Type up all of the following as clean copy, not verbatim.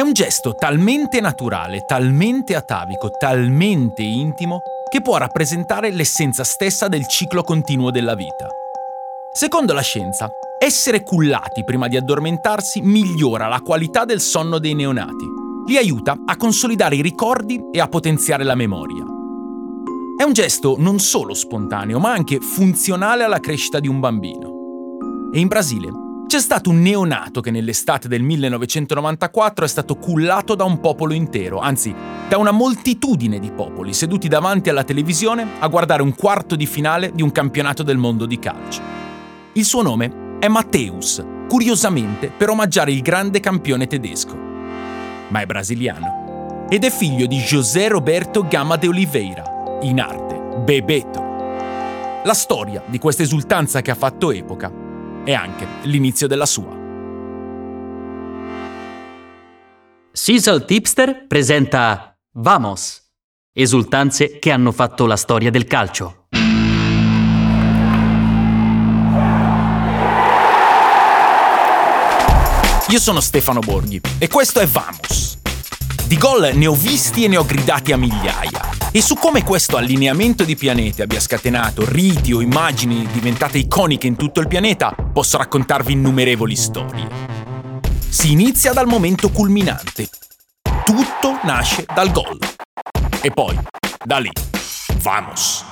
un gesto talmente naturale, talmente atavico, talmente intimo, che può rappresentare l'essenza stessa del ciclo continuo della vita. Secondo la scienza, essere cullati prima di addormentarsi migliora la qualità del sonno dei neonati, li aiuta a consolidare i ricordi e a potenziare la memoria. È un gesto non solo spontaneo, ma anche funzionale alla crescita di un bambino. E in Brasile c'è stato un neonato che nell'estate del 1994 è stato cullato da un popolo intero, anzi, da una moltitudine di popoli seduti davanti alla televisione a guardare un quarto di finale di un campionato del mondo di calcio. Il suo nome è Mateus, curiosamente per omaggiare il grande campione tedesco. Ma è brasiliano ed è figlio di José Roberto Gama de Oliveira, in arte Bebeto. La storia di questa esultanza che ha fatto epoca è anche l'inizio della sua. Sisal Tipster presenta Vamos, esultanze che hanno fatto la storia del calcio. Io sono Stefano Borghi e questo è Vamos. Di gol ne ho visti e ne ho gridati a migliaia. E su come questo allineamento di pianeti abbia scatenato riti o immagini diventate iconiche in tutto il pianeta, posso raccontarvi innumerevoli storie. Si inizia dal momento culminante. Tutto nasce dal gol. E poi, da lì, vamos!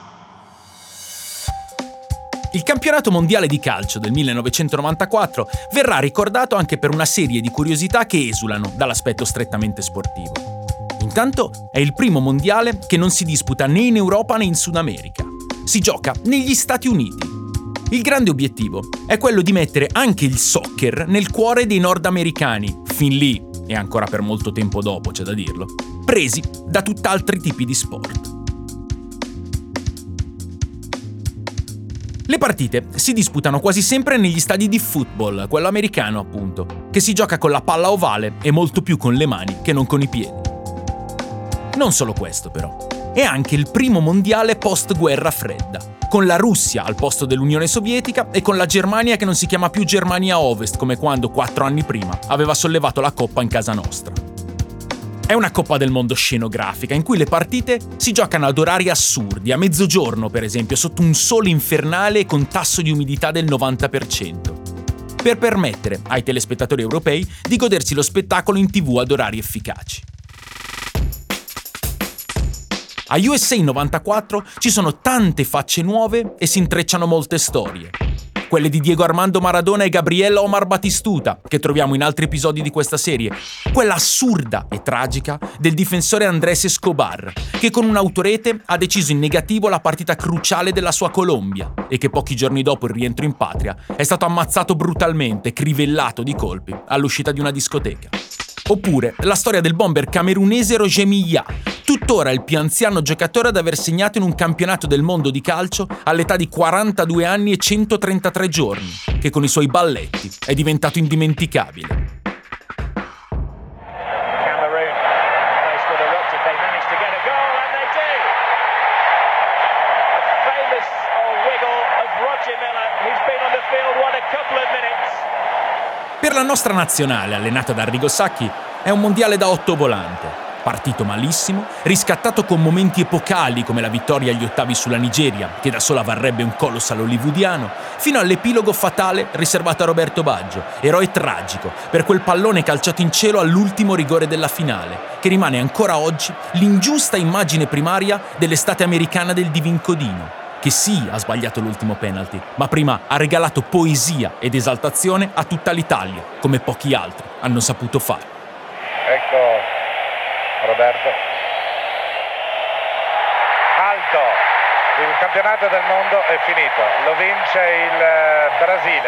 Il campionato mondiale di calcio del 1994 verrà ricordato anche per una serie di curiosità che esulano dall'aspetto strettamente sportivo. Intanto è il primo mondiale che non si disputa né in Europa né in Sud America. Si gioca negli Stati Uniti. Il grande obiettivo è quello di mettere anche il soccer nel cuore dei nordamericani, fin lì, e ancora per molto tempo dopo, c'è da dirlo, presi da tutt'altri tipi di sport. Le partite si disputano quasi sempre negli stadi di football, quello americano appunto, che si gioca con la palla ovale e molto più con le mani che non con i piedi. Non solo questo però, è anche il primo mondiale post-guerra fredda, con la Russia al posto dell'Unione Sovietica e con la Germania che non si chiama più Germania Ovest come quando 4 anni prima aveva sollevato la coppa in casa nostra. È una Coppa del Mondo scenografica in cui le partite si giocano ad orari assurdi, a mezzogiorno per esempio, sotto un sole infernale e con tasso di umidità del 90%, per permettere ai telespettatori europei di godersi lo spettacolo in TV ad orari efficaci. A USA 94 ci sono tante facce nuove e si intrecciano molte storie. Quelle di Diego Armando Maradona e Gabriel Omar Batistuta, che troviamo in altri episodi di questa serie. Quella assurda e tragica del difensore Andrés Escobar, che con un'autorete ha deciso in negativo la partita cruciale della sua Colombia e che pochi giorni dopo il rientro in patria è stato ammazzato brutalmente, crivellato di colpi, all'uscita di una discoteca. Oppure la storia del bomber camerunese Roger Milla, tuttora il più anziano giocatore ad aver segnato in un campionato del mondo di calcio all'età di 42 anni e 133 giorni, che con i suoi balletti è diventato indimenticabile. Per la nostra nazionale, allenata da Arrigo Sacchi, è un mondiale da 8 volante, partito malissimo, riscattato con momenti epocali come la vittoria agli ottavi sulla Nigeria, che da sola varrebbe un colossal hollywoodiano, fino all'epilogo fatale riservato a Roberto Baggio, eroe tragico, per quel pallone calciato in cielo all'ultimo rigore della finale, che rimane ancora oggi l'ingiusta immagine primaria dell'estate americana del Divin Codino, che sì ha sbagliato l'ultimo penalty, ma prima ha regalato poesia ed esaltazione a tutta l'Italia, come pochi altri hanno saputo fare. Ecco Roberto. Alto, il campionato del mondo è finito, lo vince il Brasile.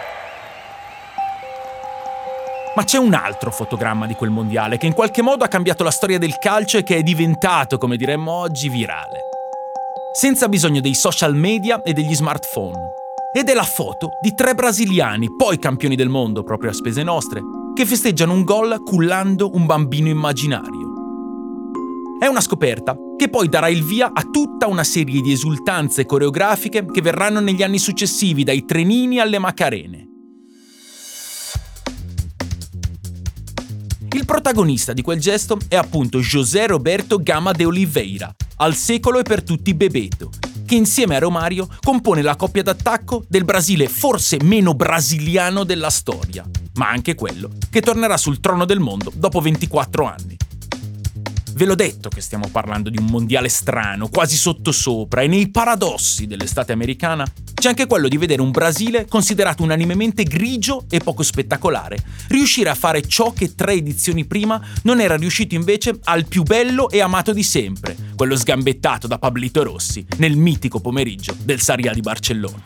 Ma c'è un altro fotogramma di quel mondiale che in qualche modo ha cambiato la storia del calcio e che è diventato, come diremmo oggi, virale. Senza bisogno dei social media e degli smartphone. Ed è la foto di 3 brasiliani, poi campioni del mondo proprio a spese nostre, che festeggiano un gol cullando un bambino immaginario. È una scoperta che poi darà il via a tutta una serie di esultanze coreografiche che verranno negli anni successivi, dai trenini alle macarene. Il protagonista di quel gesto è appunto José Roberto Gama de Oliveira, al secolo e per tutti Bebeto, che insieme a Romario compone la coppia d'attacco del Brasile forse meno brasiliano della storia, ma anche quello che tornerà sul trono del mondo dopo 24 anni. Ve l'ho detto che stiamo parlando di un mondiale strano, quasi sottosopra, e nei paradossi dell'estate americana c'è anche quello di vedere un Brasile considerato unanimemente grigio e poco spettacolare, riuscire a fare ciò che 3 edizioni prima non era riuscito invece al più bello e amato di sempre, quello sgambettato da Pablito Rossi nel mitico pomeriggio del Sarriá di Barcellona.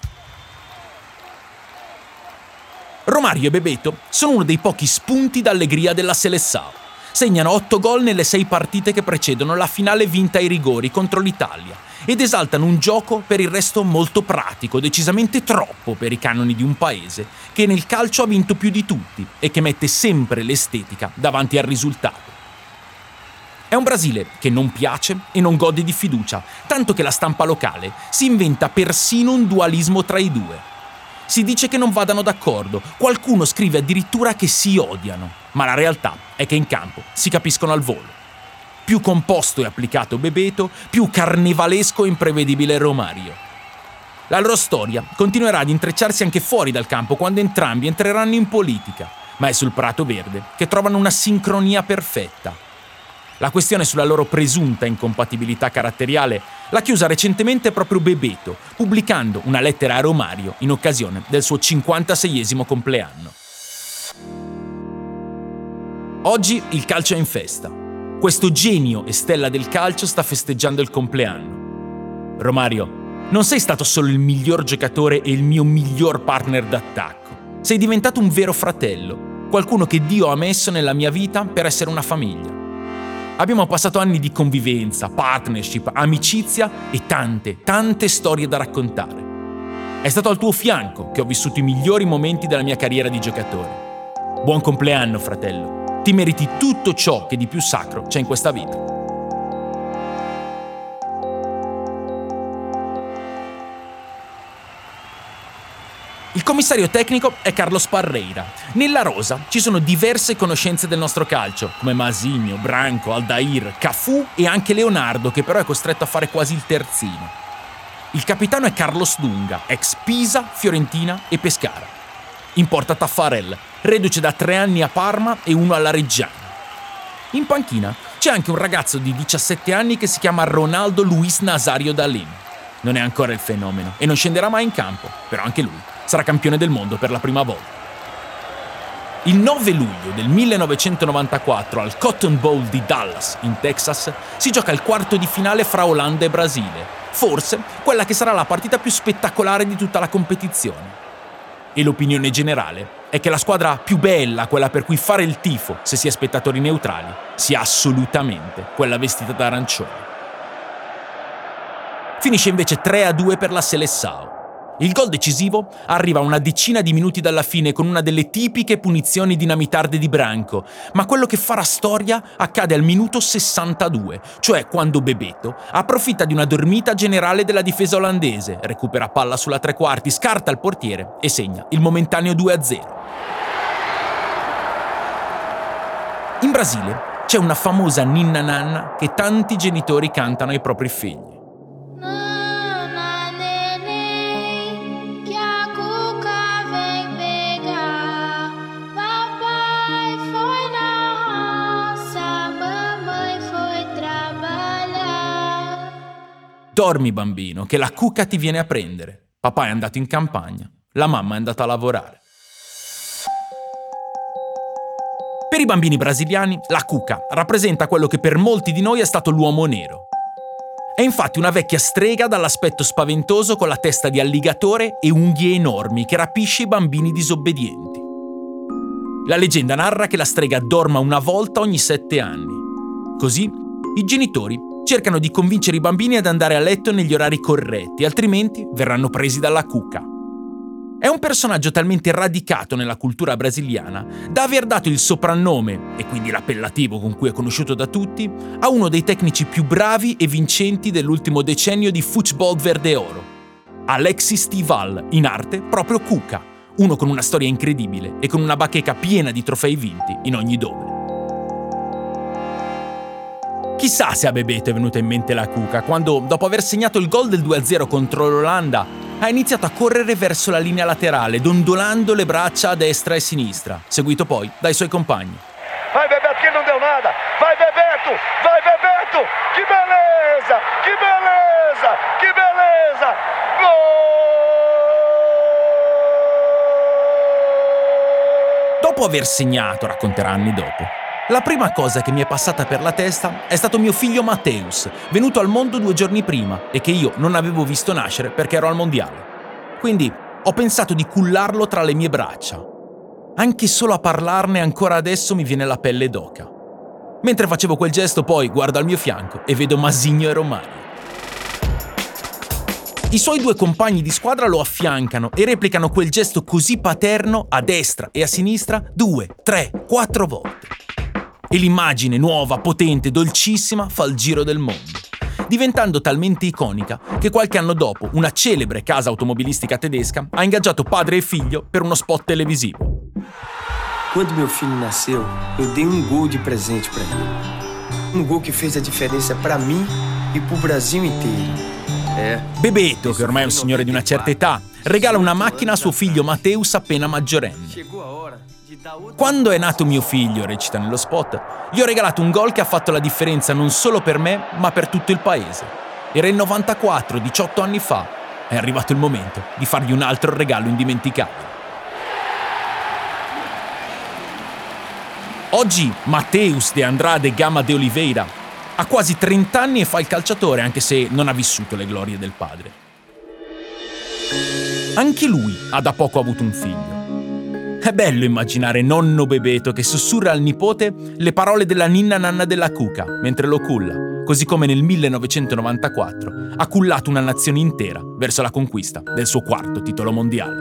Romario e Bebeto sono uno dei pochi spunti d'allegria della Seleção. Segnano 8 gol nelle 6 partite che precedono la finale vinta ai rigori contro l'Italia ed esaltano un gioco per il resto molto pratico, decisamente troppo per i canoni di un paese che nel calcio ha vinto più di tutti e che mette sempre l'estetica davanti al risultato. È un Brasile che non piace e non gode di fiducia, tanto che la stampa locale si inventa persino un dualismo tra i due. Si dice che non vadano d'accordo, qualcuno scrive addirittura che si odiano, ma la realtà è che in campo si capiscono al volo. Più composto e applicato Bebeto, più carnevalesco e imprevedibile Romario. La loro storia continuerà ad intrecciarsi anche fuori dal campo quando entrambi entreranno in politica, ma è sul prato verde che trovano una sincronia perfetta. La questione sulla loro presunta incompatibilità caratteriale l'ha chiusa recentemente proprio Bebeto, pubblicando una lettera a Romario in occasione del suo 56esimo compleanno. Oggi il calcio è in festa. Questo genio e stella del calcio sta festeggiando il compleanno. Romario, non sei stato solo il miglior giocatore e il mio miglior partner d'attacco. Sei diventato un vero fratello, qualcuno che Dio ha messo nella mia vita per essere una famiglia. Abbiamo passato anni di convivenza, partnership, amicizia e tante storie da raccontare. È stato al tuo fianco che ho vissuto i migliori momenti della mia carriera di giocatore. Buon compleanno, fratello. Ti meriti tutto ciò che di più sacro c'è in questa vita. Il commissario tecnico è Carlos Parreira. Nella rosa ci sono diverse conoscenze del nostro calcio, come Mazinho, Branco, Aldair, Cafù e anche Leonardo, che però è costretto a fare quasi il terzino. Il capitano è Carlos Dunga, ex Pisa, Fiorentina e Pescara. In porta Taffarel, reduce da 3 anni a Parma e 1 alla Reggiana. In panchina c'è anche un ragazzo di 17 anni che si chiama Ronaldo Luis Nazario Dalin. Non è ancora il fenomeno e non scenderà mai in campo, però anche lui sarà campione del mondo per la prima volta. Il 9 luglio del 1994 al Cotton Bowl di Dallas, in Texas, si gioca il quarto di finale fra Olanda e Brasile, forse quella che sarà la partita più spettacolare di tutta la competizione. E l'opinione generale è che la squadra più bella, quella per cui fare il tifo se si è spettatori neutrali, sia assolutamente quella vestita d'arancione. Finisce invece 3-2 per la Seleção. Il gol decisivo arriva a una decina di minuti dalla fine con una delle tipiche punizioni dinamitarde di Branco, ma quello che farà storia accade al minuto 62, cioè quando Bebeto approfitta di una dormita generale della difesa olandese, recupera palla sulla tre quarti, scarta il portiere e segna il momentaneo 2-0. In Brasile c'è una famosa ninna nanna che tanti genitori cantano ai propri figli. Dormi bambino, che la cuca ti viene a prendere. Papà è andato in campagna, la mamma è andata a lavorare. Per i bambini brasiliani, la cuca rappresenta quello che per molti di noi è stato l'uomo nero. È infatti una vecchia strega dall'aspetto spaventoso con la testa di alligatore e unghie enormi che rapisce i bambini disobbedienti. La leggenda narra che la strega dorma una volta ogni 7 anni. Così i genitori cercano di convincere i bambini ad andare a letto negli orari corretti, altrimenti verranno presi dalla cuca. È un personaggio talmente radicato nella cultura brasiliana da aver dato il soprannome, e quindi l'appellativo con cui è conosciuto da tutti, a uno dei tecnici più bravi e vincenti dell'ultimo decennio di Futebol Verde Oro, Alexis Stival, in arte proprio Cuca, uno con una storia incredibile e con una bacheca piena di trofei vinti in ogni dove. Chissà se a Bebeto è venuta in mente la Cuca quando, dopo aver segnato il gol del 2-0 contro l'Olanda, ha iniziato a correre verso la linea laterale, dondolando le braccia a destra e a sinistra, seguito poi dai suoi compagni. Vai Bebeto che non deu nada, vai Bebeto, che beleza, che beleza, che beleza, gol! Dopo aver segnato, racconterà anni dopo, la prima cosa che mi è passata per la testa è stato mio figlio Matteus, venuto al mondo 2 giorni prima e che io non avevo visto nascere perché ero al mondiale. Quindi ho pensato di cullarlo tra le mie braccia. Anche solo a parlarne ancora adesso mi viene la pelle d'oca. Mentre facevo quel gesto poi guardo al mio fianco e vedo Masigno e Romario. I suoi 2 compagni di squadra lo affiancano e replicano quel gesto così paterno a destra e a sinistra 2, 3, 4 volte. E l'immagine nuova, potente, dolcissima fa il giro del mondo, diventando talmente iconica che qualche anno dopo una celebre casa automobilistica tedesca ha ingaggiato padre e figlio per uno spot televisivo. Quando meu filho nasceu, eu dei gol de presente para ele. Gol che fez a differenza para mim e pro Brasil inteiro. Bebeto, che ormai è un signore di una certa età, regala una macchina a suo figlio Matteus appena maggiorenne. Quando è nato mio figlio, recita nello spot, gli ho regalato un gol che ha fatto la differenza non solo per me, ma per tutto il paese. Era il 94, 18 anni fa. È arrivato il momento di fargli un altro regalo indimenticabile. Oggi Mateus de Andrade Gama de Oliveira ha quasi 30 anni e fa il calciatore, anche se non ha vissuto le glorie del padre. Anche lui ha da poco avuto un figlio. È bello immaginare nonno Bebeto che sussurra al nipote le parole della ninna nanna della Cuca mentre lo culla, così come nel 1994 ha cullato una nazione intera verso la conquista del suo 4º titolo mondiale.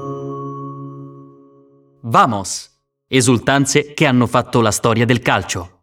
Vamos! Esultanze che hanno fatto la storia del calcio.